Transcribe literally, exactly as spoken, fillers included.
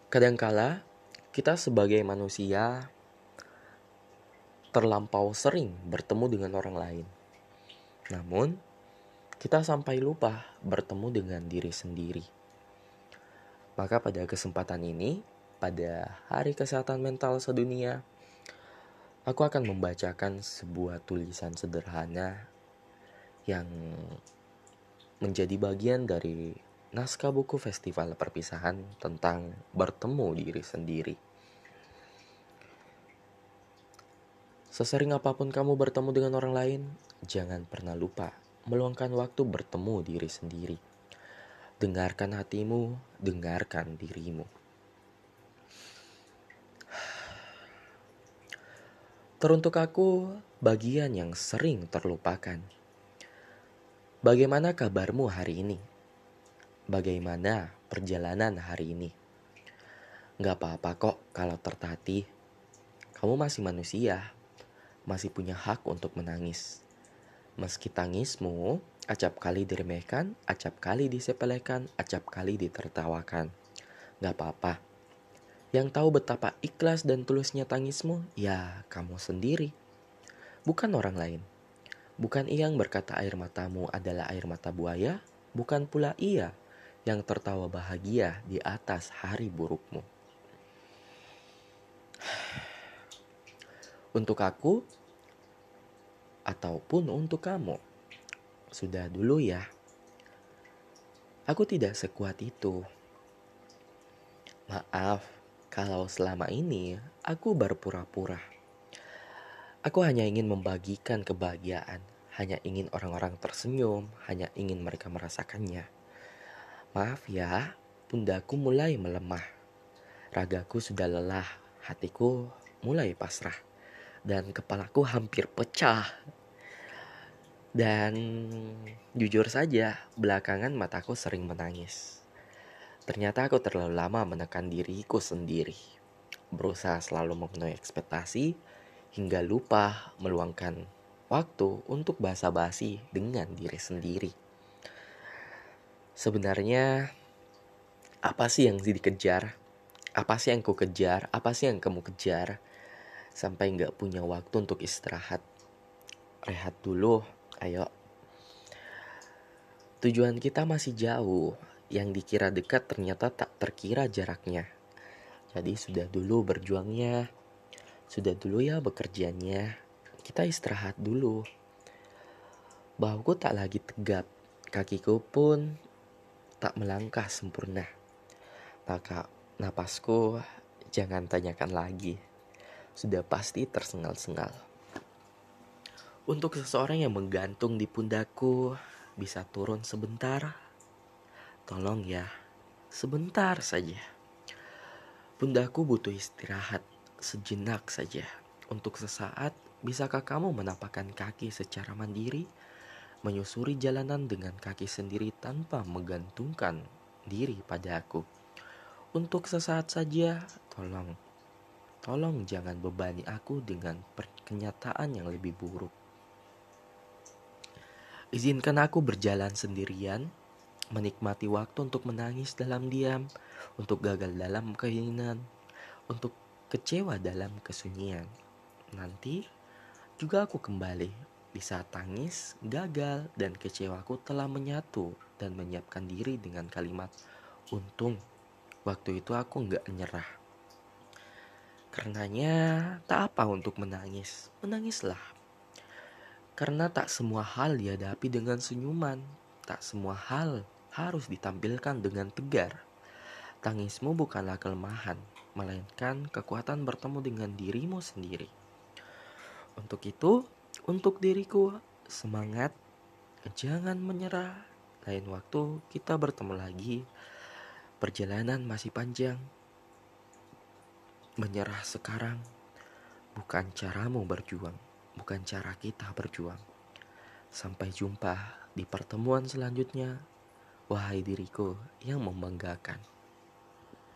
Kadangkala kita sebagai manusia terlampau sering bertemu dengan orang lain. Namun, kita sampai lupa bertemu dengan diri sendiri. Maka pada kesempatan ini, pada Hari Kesehatan Mental Sedunia, aku akan membacakan sebuah tulisan sederhana yang menjadi bagian dari naskah buku Festival Perpisahan tentang bertemu diri sendiri. Sesering apapun kamu bertemu dengan orang lain, jangan pernah lupa meluangkan waktu bertemu diri sendiri. Dengarkan hatimu, dengarkan dirimu. Teruntuk aku, bagian yang sering terlupakan. Bagaimana kabarmu hari ini? Bagaimana perjalanan hari ini? Gak apa-apa kok kalau tertatih. Kamu masih manusia, masih punya hak untuk menangis. Meski tangismu acap kali diremehkan, acap kali disepelekan, acap kali ditertawakan. Gak apa-apa. Yang tahu betapa ikhlas dan tulusnya tangismu, ya kamu sendiri. Bukan orang lain. Bukan ia yang berkata air matamu adalah air mata buaya, bukan pula ia yang tertawa bahagia di atas hari burukmu. Untuk aku, ataupun untuk kamu, sudah dulu ya. Aku tidak sekuat itu. Maaf kalau selama ini aku berpura-pura. Aku hanya ingin membagikan kebahagiaan, hanya ingin orang-orang tersenyum, hanya ingin mereka merasakannya. Maaf ya, pundaku mulai melemah. Ragaku sudah lelah, hatiku mulai pasrah, dan kepalaku hampir pecah. Dan jujur saja, belakangan mataku sering menangis. Ternyata aku terlalu lama menekan diriku sendiri, berusaha selalu memenuhi ekspektasi, hingga lupa meluangkan waktu untuk basa-basi dengan diri sendiri. Sebenarnya, apa sih yang dikejar? Apa sih yang ku kejar? Apa sih yang kamu kejar? Sampai gak punya waktu untuk istirahat. Rehat dulu, ayo. Tujuan kita masih jauh. Yang dikira dekat ternyata tak terkira jaraknya. Jadi sudah dulu berjuangnya. Sudah dulu ya bekerjanya. Kita istirahat dulu. Bahuku tak lagi tegap. Kakiku pun tak melangkah sempurna. Maka napasku jangan tanyakan lagi. Sudah pasti tersengal-sengal. Untuk seseorang yang menggantung di pundakku, bisa turun sebentar. Tolong ya, sebentar saja. Pundakku butuh istirahat, sejenak saja. Untuk sesaat, bisakah kamu menapakkan kaki secara mandiri? Menyusuri jalanan dengan kaki sendiri tanpa menggantungkan diri pada aku. Untuk sesaat saja, tolong. Tolong jangan bebani aku dengan kenyataan yang lebih buruk. Izinkan aku berjalan sendirian, menikmati waktu untuk menangis dalam diam, untuk gagal dalam keinginan, untuk kecewa dalam kesunyian. Nanti juga aku kembali di saat tangis, gagal, dan kecewaku telah menyatu dan menyiapkan diri dengan kalimat, untung waktu itu aku gak nyerah. Karenanya tak apa untuk menangis, menangislah. Karena tak semua hal dihadapi dengan senyuman, tak semua hal harus ditampilkan dengan tegar. Tangismu bukanlah kelemahan, melainkan kekuatan bertemu dengan dirimu sendiri. Untuk itu, untuk diriku, semangat, jangan menyerah. Lain waktu kita bertemu lagi, perjalanan masih panjang. Menyerah sekarang bukan caramu berjuang, bukan cara kita berjuang. Sampai jumpa di pertemuan selanjutnya. Wahai diriku yang membanggakan.